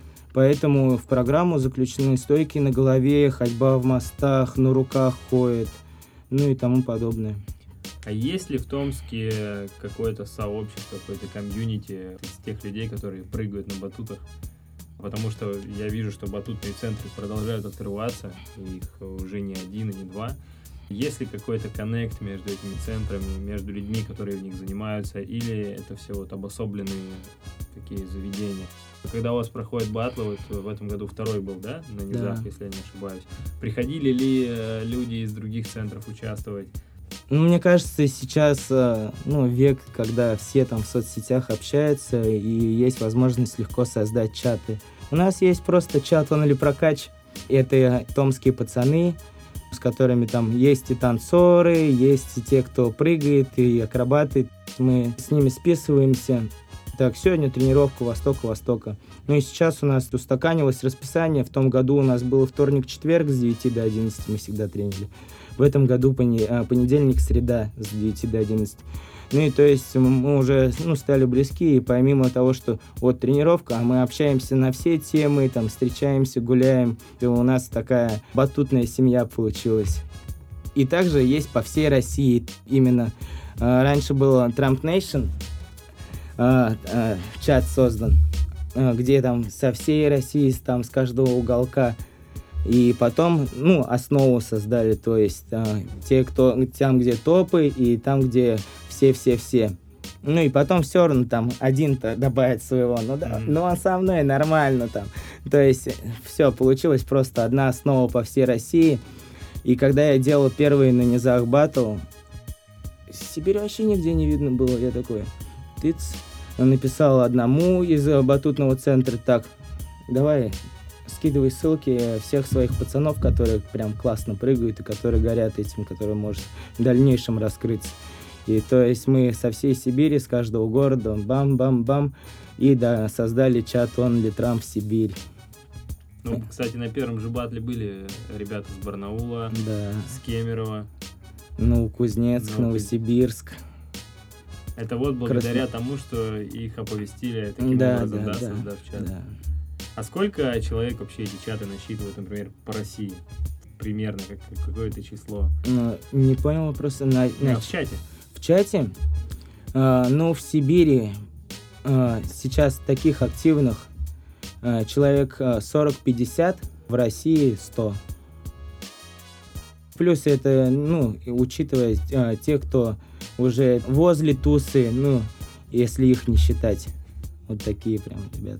Поэтому в программу заключены стойки на голове, ходьба в мостах, на руках ходит, ну и тому подобное. А есть ли в Томске какое-то сообщество, какое-то комьюнити из тех людей, которые прыгают на батутах? Потому что я вижу, что батутные центры продолжают открываться, их уже не один и не два. Есть ли какой-то коннект между этими центрами, между людьми, которые в них занимаются, или это все вот обособленные такие заведения? Когда у вас проходят батлы, вот в этом году второй был, да, на низах, Да. если я не ошибаюсь, приходили ли люди из других центров участвовать? Ну, мне кажется, сейчас век, когда все там в соцсетях общаются и есть возможность легко создать чаты. У нас есть просто чат «Он или прокач». Это томские пацаны, с которыми там есть и танцоры, есть и те, кто прыгает, и акробаты. Мы с ними списываемся. Так, сегодня тренировка Востока. Ну и сейчас у нас устаканилось расписание. В том году у нас было вторник-четверг с 9 до 11, мы всегда тренили. В этом году понедельник-среда с 9 до 11. Ну и то есть мы уже стали близки, и помимо того, что вот тренировка, а мы общаемся на все темы, там встречаемся, гуляем. И у нас такая батутная семья получилась. И также есть по всей России именно. Раньше было Trump Nation, чат создан, где там со всей России, там с каждого уголка. И потом, основу создали, то есть те, кто там, где топы, и там, где все. Ну и потом все равно там один-то добавит своего, но он со мной нормально там. То есть все, получилось просто одна основа по всей России. И когда я делал первый на низах батл, Сибирь вообще нигде не видно было. Я такой, тыц, написал одному из батутного центра, так, давай, скидывай ссылки всех своих пацанов, которые прям классно прыгают и которые горят этим, которые может в дальнейшем раскрыться. И то есть мы со всей Сибири, с каждого города, бам-бам-бам, и создали чат Only Trump Сибирь. Ну, кстати, на первом же батле были ребята с Барнаула, Да. с Кемерово. Кузнецк, Новосибирск. Это вот благодаря тому, что их оповестили таким образом, создав чат. Да. А сколько человек вообще эти чаты насчитывают, например, по России? Примерно, какое-то число? Не понял вопроса. В чате? В чате? В Сибири сейчас таких активных человек 40-50, в России 100. Плюс это, учитывая тех, кто уже возле тусы, если их не считать. Вот такие прям ребята.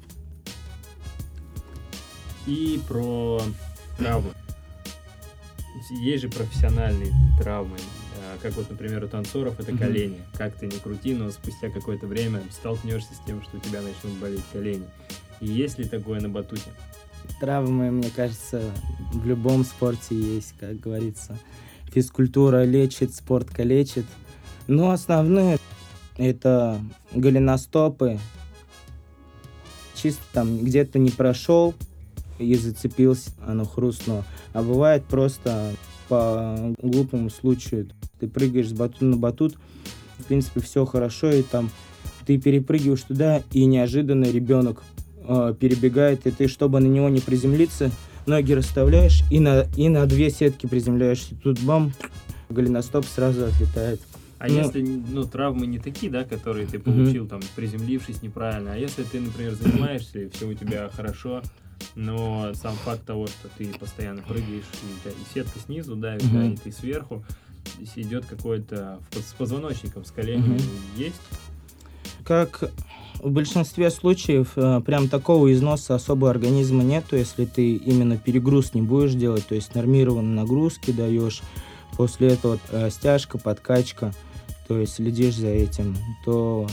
И про травмы. Есть же профессиональные травмы. Как вот, например, у танцоров это колени. Как ты ни крути, но спустя какое-то время столкнешься с тем, что у тебя начнут болеть колени. И есть ли такое на батуте? Травмы, мне кажется, в любом спорте есть, как говорится. Физкультура лечит, спорт калечит. Но основные это голеностопы. Чисто там где-то не прошел и зацепился, оно хрустнуло. А бывает просто по глупому случаю. Ты прыгаешь с батута на батут, в принципе, все хорошо, и там ты перепрыгиваешь туда, и неожиданно ребенок перебегает, и ты, чтобы на него не приземлиться, ноги расставляешь и на 2 сетки приземляешься. Тут бам, голеностоп сразу отлетает. А если травмы не такие, да, которые ты получил, там, приземлившись неправильно, а если ты, например, занимаешься, и все у тебя хорошо, но сам факт того, что ты постоянно прыгаешь, и у тебя и сетка снизу давит, да, и ты сверху, если идет какой-то с позвоночником, с коленями, есть? Как в большинстве случаев, прям такого износа особо организма нету, если ты именно перегруз не будешь делать, то есть нормированные нагрузки даешь, после этого стяжка, подкачка, то есть следишь за этим, то,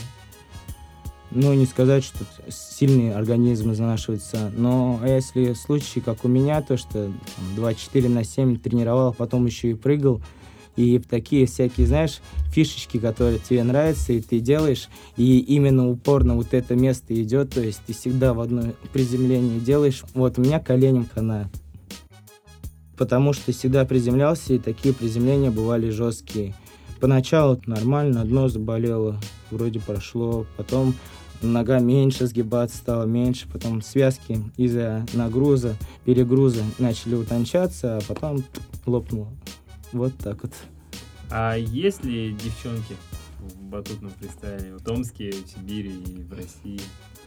не сказать, что сильный организм изнашивается, но если случаи, как у меня, то, что 24/7 тренировал, потом еще и прыгал, и такие всякие, знаешь, фишечки, которые тебе нравятся, и ты делаешь, и именно упорно вот это место идет, то есть ты всегда в одно приземление делаешь. Вот у меня коленям хана, потому что всегда приземлялся, и такие приземления бывали жесткие. Поначалу нормально, дно заболело, вроде прошло, потом нога меньше сгибаться стала, меньше, потом связки из-за нагруза, перегруза начали утончаться, а потом лопнуло. Вот так вот. А есть ли девчонки в батутном фристайле в Томске, в Сибири и в России?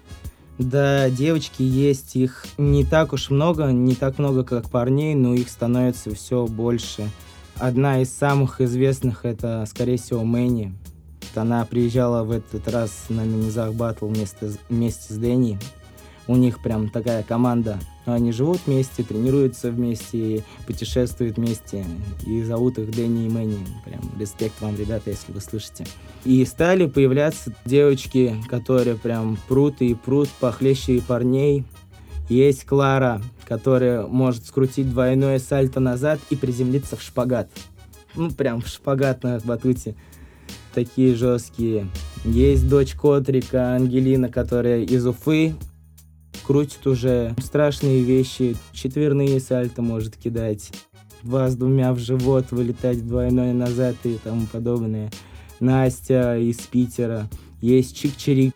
Да, девочки есть, их не так уж много, не так много, как парней, но их становится все больше. Одна из самых известных — это, скорее всего, Мэнни. Она приезжала в этот раз на Низах Баттл вместе с Дэнни. У них прям такая команда. Они живут вместе, тренируются вместе, и путешествуют вместе. И зовут их Дэнни и Мэнни. Прям респект вам, ребята, если вы слышите. И стали появляться девочки, которые прям прут и прут похлеще парней. Есть Клара, которая может скрутить двойное сальто назад и приземлиться в шпагат. Прям в шпагат на батуте. Такие жесткие. Есть дочь Котрика, Ангелина, которая из Уфы. Крутит уже страшные вещи. Четверные сальто может кидать. 2 с 2 в живот, вылетать двойное назад и тому подобное. Настя из Питера. Есть Чик-Чирик.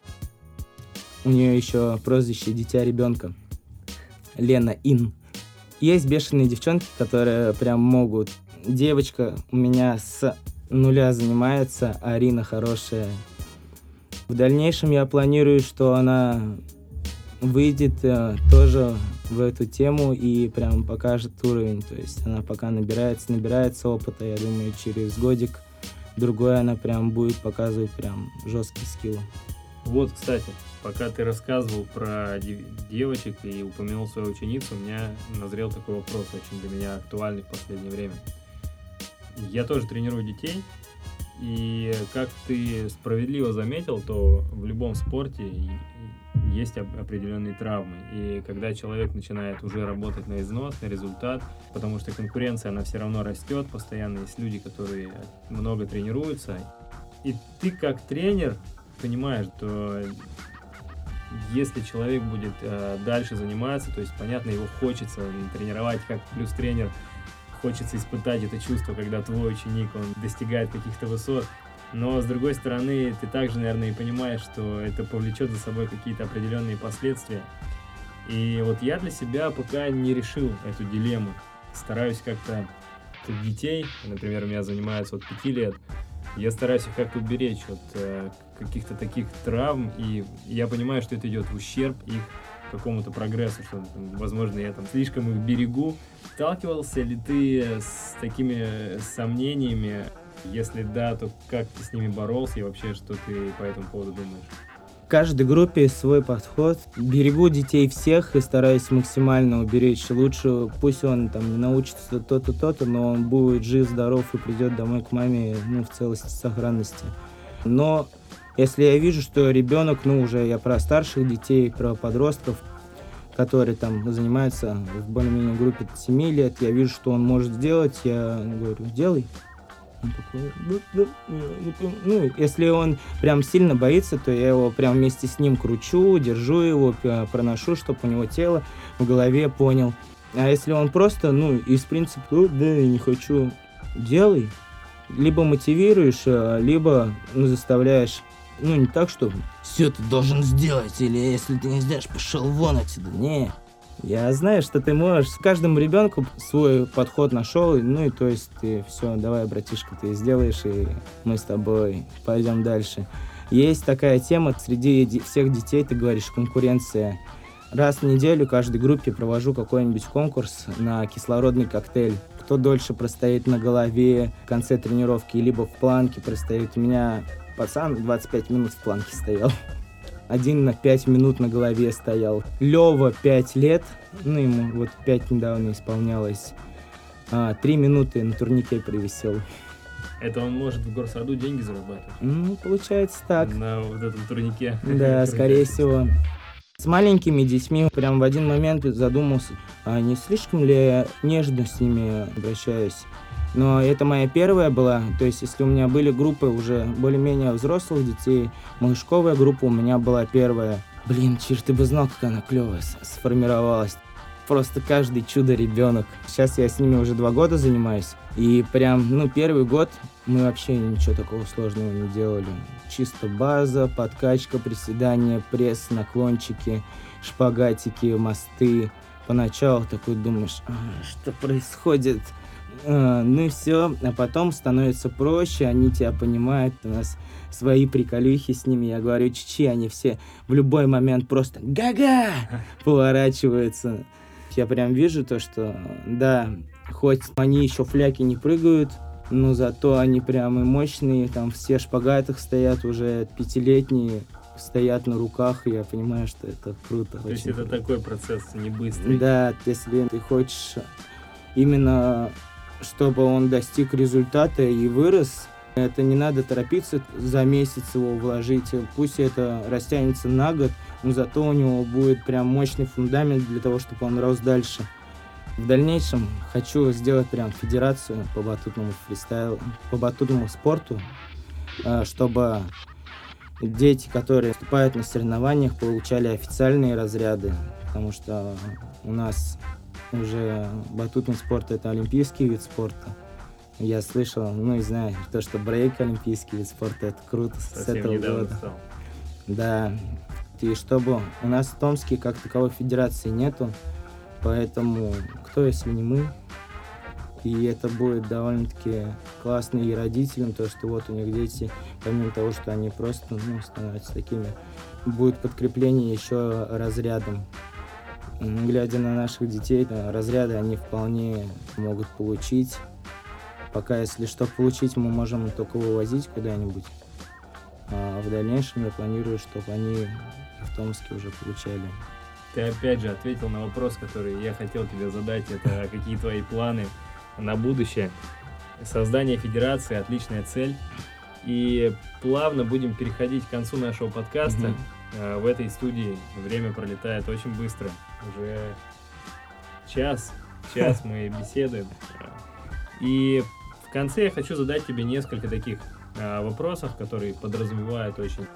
У нее еще прозвище «Дитя ребенка». Лена Ин. Есть бешеные девчонки, которые прям могут. Девочка у меня с 0 занимается, Арина хорошая. В дальнейшем я планирую, что она выйдет тоже в эту тему и прям покажет уровень. То есть она пока набирается опыта. Я думаю, через годик-другой она прям будет показывать прям жесткий скилл. Вот, кстати, пока ты рассказывал про девочек и упомянул свою ученицу, у меня назрел такой вопрос, очень для меня актуальный в последнее время. Я тоже тренирую детей, и как ты справедливо заметил, то в любом спорте есть определенные травмы. И когда человек начинает уже работать на износ, на результат, потому что конкуренция, она все равно растет постоянно, есть люди, которые много тренируются, и ты как тренер понимаешь, что если человек будет дальше заниматься, то есть, понятно, его хочется тренировать, как плюс тренер, хочется испытать это чувство, когда твой ученик, он достигает каких-то высот, но, с другой стороны, ты также, наверное, и понимаешь, что это повлечет за собой какие-то определенные последствия. И вот я для себя пока не решил эту дилемму. Стараюсь как-то детей, например, у меня занимаются от 5 лет, я стараюсь их как-то уберечь от каких-то таких травм, и я понимаю, что это идет в ущерб их какому-то прогрессу, что, возможно, я там слишком их берегу. Сталкивался ли ты с такими сомнениями? Если да, то как ты с ними боролся и вообще, что ты по этому поводу думаешь? В каждой группе свой подход. Берегу детей всех и стараюсь максимально уберечь. Лучше пусть он там не научится то-то, то-то, но он будет жив, здоров и придет домой к маме в целости, сохранности. Но если я вижу, что ребенок, уже я про старших детей, про подростков, которые там занимаются в более-менее группе 7 лет, я вижу, что он может сделать, я говорю, делай. Он такой, если он прям сильно боится, то я его прям вместе с ним кручу, держу его, проношу, чтобы у него тело в голове понял. А если он просто, из принципа, да, я не хочу, делай. Либо мотивируешь, либо, заставляешь, не так, что все ты должен сделать, или если ты не сделаешь, пошел вон отсюда. Не. Я знаю, что ты можешь. Каждому ребенку свой подход нашел, и то есть ты все, давай, братишка, ты сделаешь, и мы с тобой пойдем дальше. Есть такая тема среди всех детей, ты говоришь, конкуренция. Раз в неделю в каждой группе провожу какой-нибудь конкурс на кислородный коктейль. Кто дольше простоит на голове в конце тренировки, либо в планке простоит. У меня пацан 25 минут в планке стоял. Один на 5 минут на голове стоял. Лёва 5 лет, ему 5 недавно исполнялось. 3 минуты на турнике провисел. Это он может в горсаду деньги зарабатывать? Получается так. На вот этом турнике. Да, скорее всего. С маленькими детьми прям в один момент задумался, а не слишком ли я нежно с ними обращаюсь. Но это моя первая была, то есть если у меня были группы уже более-менее взрослых детей, малышковая группа у меня была первая. Блин, Чиж, ты бы знал, как она клевая сформировалась. Просто каждый чудо-ребенок. Сейчас я с ними уже 2 года занимаюсь. И прям, первый год мы вообще ничего такого сложного не делали. Чисто база, подкачка, приседания, пресс, наклончики, шпагатики, мосты. Поначалу такой думаешь, что происходит? И все, а потом становится проще, они тебя понимают, у нас свои приколюхи с ними, я говорю, чичи, они все в любой момент просто га-га поворачиваются. Я прям вижу то, что, да, хоть они еще фляки не прыгают, но зато они прям и мощные, там все в шпагатах стоят уже 5-летние, стоят на руках, и я понимаю, что это круто. То есть это такой процесс не быстрый. Да, если ты хочешь именно, чтобы он достиг результата и вырос, это не надо торопиться за месяц его вложить, пусть это растянется на год, но зато у него будет прям мощный фундамент для того, чтобы он рос дальше. В дальнейшем хочу сделать прям федерацию по батутному фристайлу, по батутному спорту, чтобы дети, которые выступают на соревнованиях, получали официальные разряды, потому что у нас уже батутный спорт — это олимпийский вид спорта. Я слышал, и знаю, то, что брейк — олимпийский вид спорта, это круто. Совсем с этого недавно года. стал. Да, и чтобы у нас в Томске как таковой федерации нету, поэтому кто, если не мы? И это будет довольно-таки классно и родителям, то, что вот у них дети, помимо того, что они просто становятся такими, будет подкрепление еще разрядом. Глядя на наших детей, разряды они вполне могут получить. Пока, если что получить, мы можем только вывозить куда-нибудь. А в дальнейшем я планирую, чтобы они в Томске уже получали. Ты опять же ответил на вопрос, который я хотел тебе задать. Это какие твои планы на будущее? Создание федерации — отличная цель. И плавно будем переходить к концу нашего подкаста. В этой студии время пролетает очень быстро. Уже час мы беседуем. И в конце я хочу задать тебе несколько таких вопросов, которые подразумевают очень...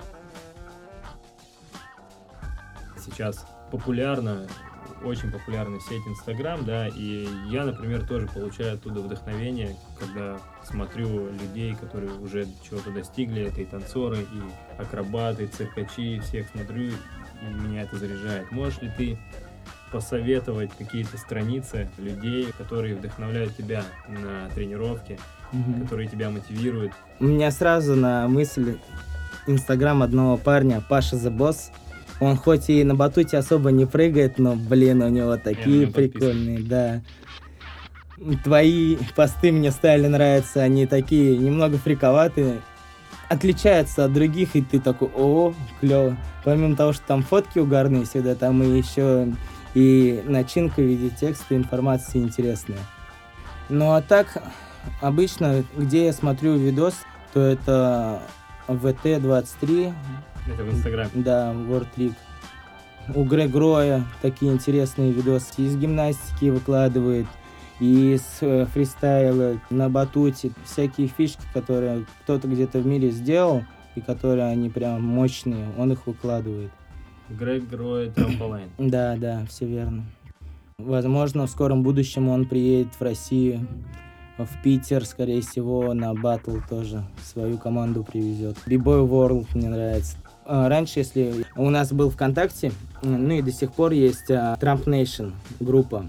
Сейчас очень популярна сеть Инстаграм, да, и я, например, тоже получаю оттуда вдохновение, когда смотрю людей, которые уже чего-то достигли, это и танцоры, и акробаты, и циркачи, всех смотрю, и меня это заряжает. Можешь ли ты посоветовать какие-то страницы людей, которые вдохновляют тебя на тренировки, которые тебя мотивируют? У меня сразу на мысль Инстаграм одного парня, Паша The Boss. Он хоть и на батуте особо не прыгает, но, у него такие прикольные, да. Твои посты мне стали нравиться, они такие немного фриковатые, отличаются от других, и ты такой, клево. Помимо того, что там фотки угарные всегда, там и еще и начинка в виде текста, информации интересная. Ну а так, обычно, где я смотрю видос, то это ВТ-23. Это в Инстаграме? Да, World League. У Грег Роя такие интересные видосы. Из гимнастики выкладывает, и с фристайла на батуте. Всякие фишки, которые кто-то где-то в мире сделал, и которые они прям мощные, он их выкладывает. Грег Рой Трамполайн. Да, все верно. Возможно, в скором будущем он приедет в Россию, в Питер, скорее всего, на батл тоже свою команду привезет. B-Boy World мне нравится. Раньше, если у нас был ВКонтакте, ну и до сих пор есть Trump Nation группа.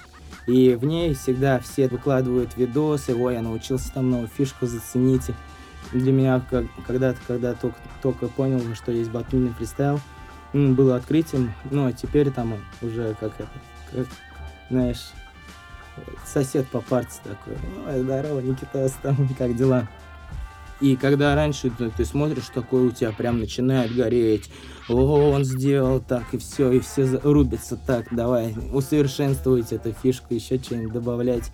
И в ней всегда все выкладывают видосы, ой, я научился там новую фишку, зацените. Для меня, когда только понял, что есть батлный фристайл, было открытием, а теперь там уже как знаешь, сосед по парте такой, ой, здорово, Никитос, там, как дела? И когда раньше ты смотришь, такой у тебя прям начинает гореть, о, он сделал так, и все рубятся так, давай, усовершенствовать эту фишку, еще что-нибудь добавлять.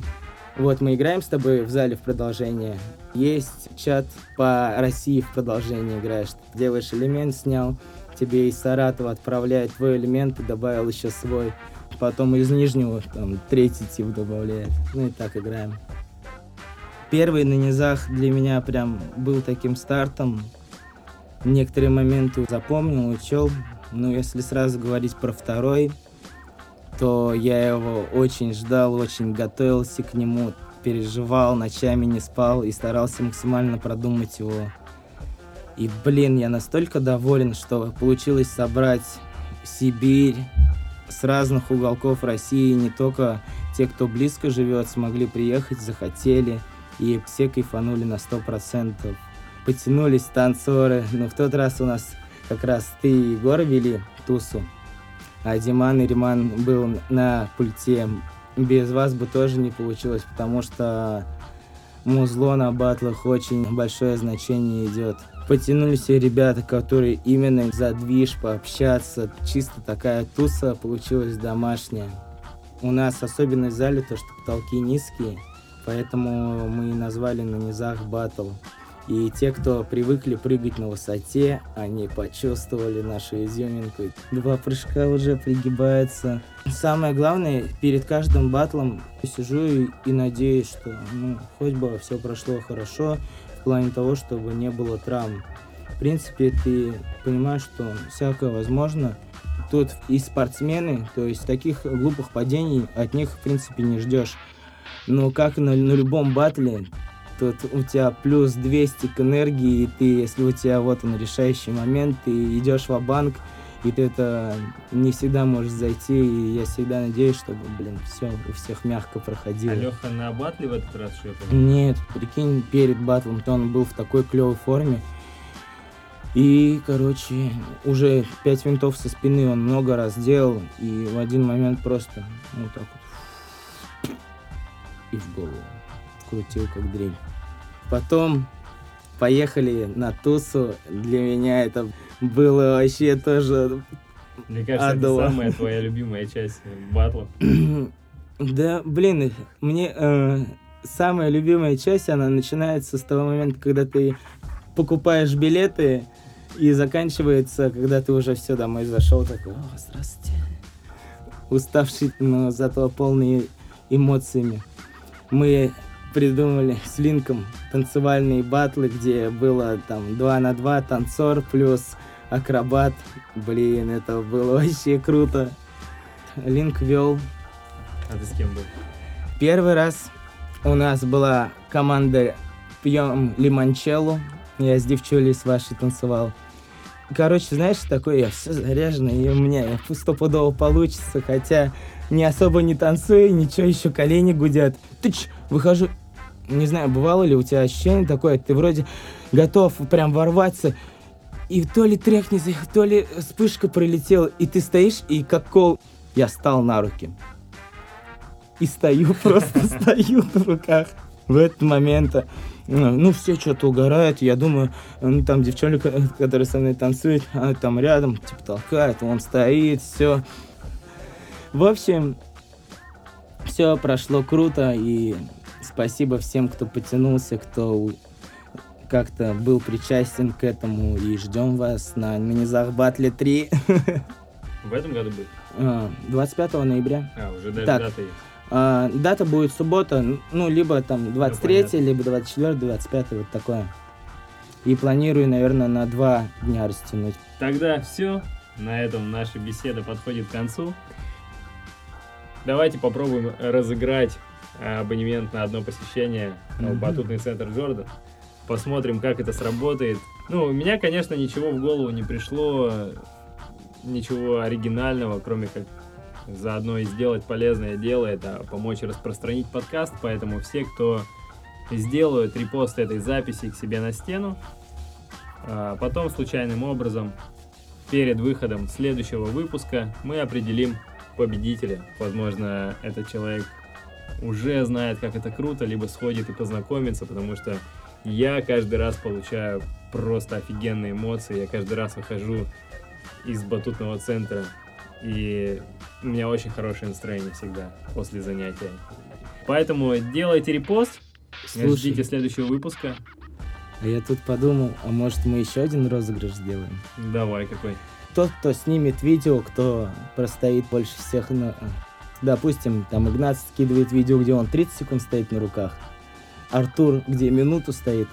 Вот мы играем с тобой в зале в продолжение. Есть чат по России в продолжение играешь. Ты делаешь элемент, снял, тебе из Саратова отправляет твой элемент, и добавил еще свой. Потом из Нижнего там третий тип добавляет. Ну и так играем. Первый на низах для меня прям был таким стартом. Некоторые моменты запомнил, учел. Но если сразу говорить про второй, то я его очень ждал, очень готовился к нему, переживал, ночами не спал и старался максимально продумать его. И, я настолько доволен, что получилось собрать Сибирь с разных уголков России, не только те, кто близко живет, смогли приехать, захотели, и все кайфанули на 100%. Потянулись танцоры, но в тот раз у нас как раз ты и Егор вели тусу, а Диман и Риман был на пульте. Без вас бы тоже не получилось, потому что музло на батлах очень большое значение идет. Потянулись и ребята, которые именно за движ, пообщаться. Чисто такая туса получилась домашняя. У нас особенность в зале то, что потолки низкие, поэтому мы назвали на низах батл. И те, кто привыкли прыгать на высоте, они почувствовали нашу изюминку. 2 прыжка уже пригибаются. Самое главное, перед каждым батлом сижу и надеюсь, что хоть бы все прошло хорошо, в плане того, чтобы не было травм. В принципе, ты понимаешь, что всякое возможно. Тут и спортсмены, то есть таких глупых падений от них, в принципе, не ждешь. Но как на любом батле, тут у тебя плюс 200 к энергии, и ты, если у тебя вот он решающий момент, ты идешь ва-банк, и ты это не всегда можешь зайти, и я всегда надеюсь, чтобы, все у всех мягко проходило. А Леха на батле в этот раз что это? Нет, прикинь, перед батлом то он был в такой клевой форме. И, уже 5 винтов со спины он много раз делал, и в один момент просто вот так вот и в голову крутил, как дрель. Потом поехали на тусу. Для меня это было вообще тоже мне кажется, адово. Это самая твоя любимая часть батла. Да, мне самая любимая часть, она начинается с того момента, когда ты покупаешь билеты, и заканчивается, когда ты уже все домой зашел, такой, здравствуйте. Уставший, но зато полный эмоциями. Мы придумали с Линком танцевальные батлы, где было там 2 на 2 танцор плюс акробат. Это было вообще круто. Линк вел. А ты с кем был? Первый раз у нас была команда «Пьем лимончелло». Я с девчулей с вашей танцевал. Знаешь, такой я все заряженный, и у меня стопудово получится, хотя не особо не танцую, ничего, еще колени гудят. Выхожу, не знаю, бывало ли у тебя ощущение такое, ты вроде готов прям ворваться, и то ли трек не заехал, то ли вспышка пролетела, и ты стоишь, и как кол... Я встал на руки. И стою, просто стою на руках. В этот момент, все что-то угорают, я думаю, там девчонка, которая со мной танцует, она там рядом, толкает, он стоит, все. В общем, все прошло круто, и спасибо всем, кто потянулся, кто как-то был причастен к этому, и ждем вас на низах батле 3. В этом году будет? 25 ноября. Уже даже так. дата есть. Дата будет суббота, либо там 23, либо 24, 25, вот такое. И планирую, наверное, на 2 дня растянуть. Тогда все. На этом наша беседа подходит к концу. Давайте попробуем разыграть абонемент на одно посещение в батутный центр Джордан. Посмотрим, как это сработает. Ну, у меня, конечно, ничего в голову не пришло, ничего оригинального, кроме как заодно и сделать полезное дело, это помочь распространить подкаст. Поэтому все, кто сделают репост этой записи к себе на стену, потом случайным образом перед выходом следующего выпуска мы определим победителя. Возможно, этот человек уже знает, как это круто, либо сходит и познакомится, потому что я каждый раз получаю просто офигенные эмоции. Я каждый раз выхожу из батутного центра, и у меня очень хорошее настроение всегда после занятия. Поэтому делайте репост, ждите следующего выпуска. А я тут подумал, а может мы еще один розыгрыш сделаем? Давай, какой? Тот, кто снимет видео, кто простоит больше всех Допустим, там Игнат скидывает видео, где он 30 секунд стоит на руках. Артур, где минуту стоит.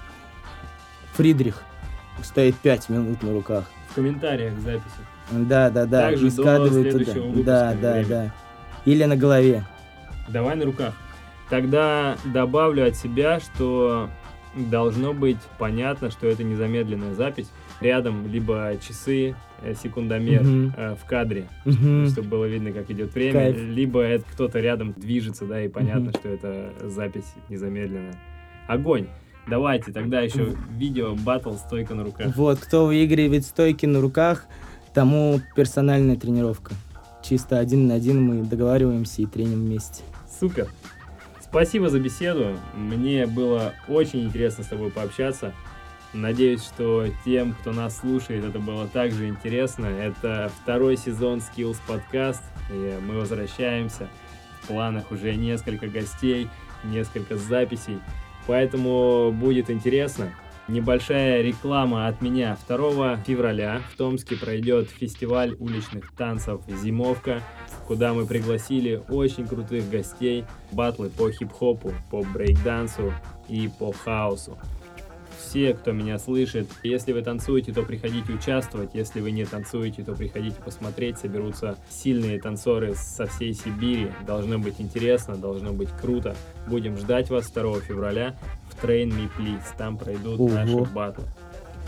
Фридрих стоит 5 минут на руках. В комментариях к записи. Да. Также и складывает до туда. следующего выпуска. Да. Или на голове. Давай на руках. Тогда добавлю от себя, что должно быть понятно, что это не замедленная запись. Рядом либо часы, секундомер в кадре, чтобы было видно, как идет время. Кайф. Либо это кто-то рядом движется, да, и понятно, что это запись незамедленная. Огонь! Давайте тогда еще видео батл «Стойка на руках». Вот, кто выигрывает стойки на руках, тому персональная тренировка. Чисто 1 на 1 мы договариваемся и треним вместе. Супер! Спасибо за беседу. Мне было очень интересно с тобой пообщаться. Надеюсь, что тем, кто нас слушает, это было также интересно. Это 2-й сезон Skills Podcast. И мы возвращаемся. В планах уже несколько гостей, несколько записей. Поэтому будет интересно. Небольшая реклама от меня. 2 февраля в Томске пройдет фестиваль уличных танцев «Зимовка», куда мы пригласили очень крутых гостей. Батлы по хип-хопу, по брейк-дансу и по хаосу. Все, кто меня слышит, если вы танцуете, то приходите участвовать. Если вы не танцуете, то приходите посмотреть. Соберутся сильные танцоры со всей Сибири. Должно быть интересно, должно быть круто. Будем ждать вас 2 февраля в Train Me Please. Там пройдут наши батлы.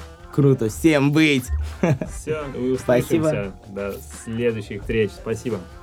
Круто, всем быть! Все, вы услышимся. Спасибо. До следующих встреч. Спасибо.